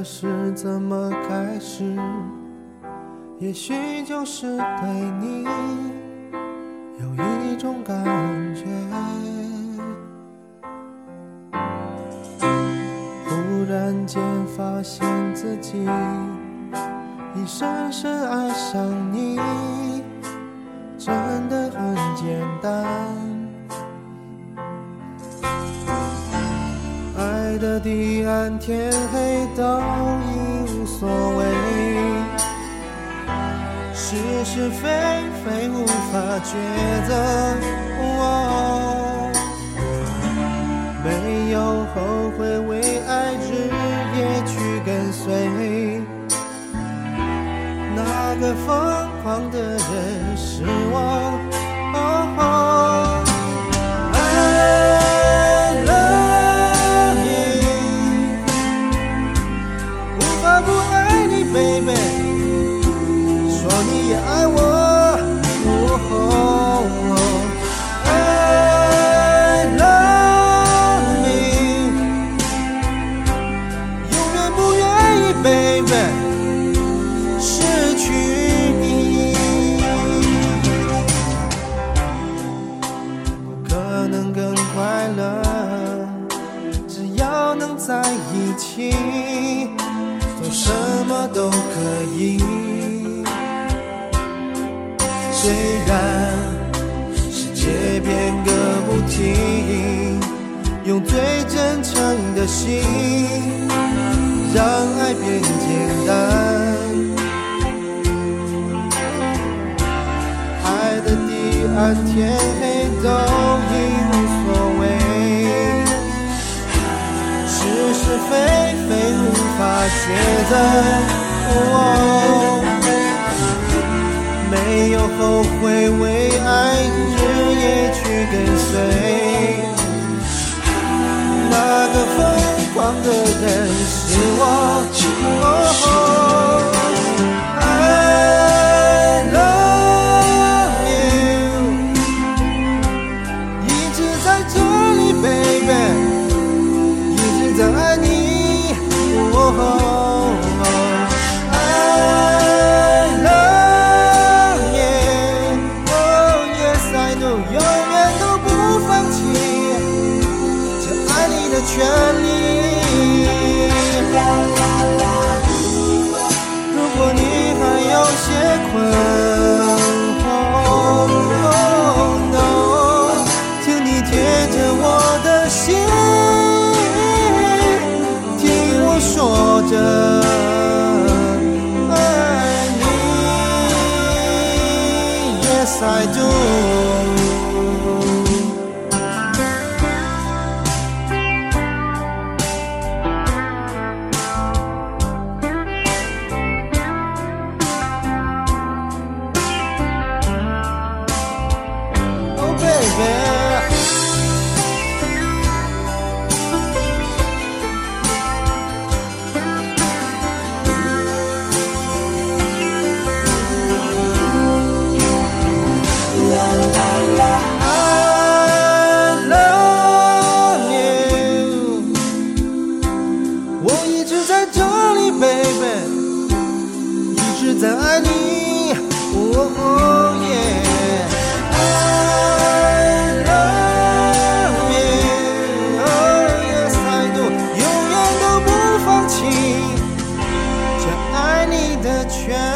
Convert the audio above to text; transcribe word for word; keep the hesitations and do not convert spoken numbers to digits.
事怎么开始，也许就是对你有一种感觉。忽然间发现自己已深深爱上你，真的很简单。爱的地暗天黑都已无所谓，是是非非无法抉择。哦，没有后悔，为爱日夜去跟随，那个疯狂的人是我。哦，爱了你，无法不爱你 baby， 说你也爱我。哦，爱了你，永远不愿意 baby失去你。不可能更快乐，只要能在一起，做什么都可以。虽然世界变个不停，用最真诚的心让爱变简单。爱的地暗天黑都已无所谓，是是非非无法抉择。哦，没有后悔，为爱日夜去跟随，那个疯狂的人是我。哦，I love you， 一直在这里 baby， 一直在爱你。哦，权利。如果你还有些困惑 oh, no， 请你贴着我的心，听我说着爱你 Yes I do。在爱你 oh, oh, yeah. I love you oh, yes I do， 永远都不放弃这爱你的权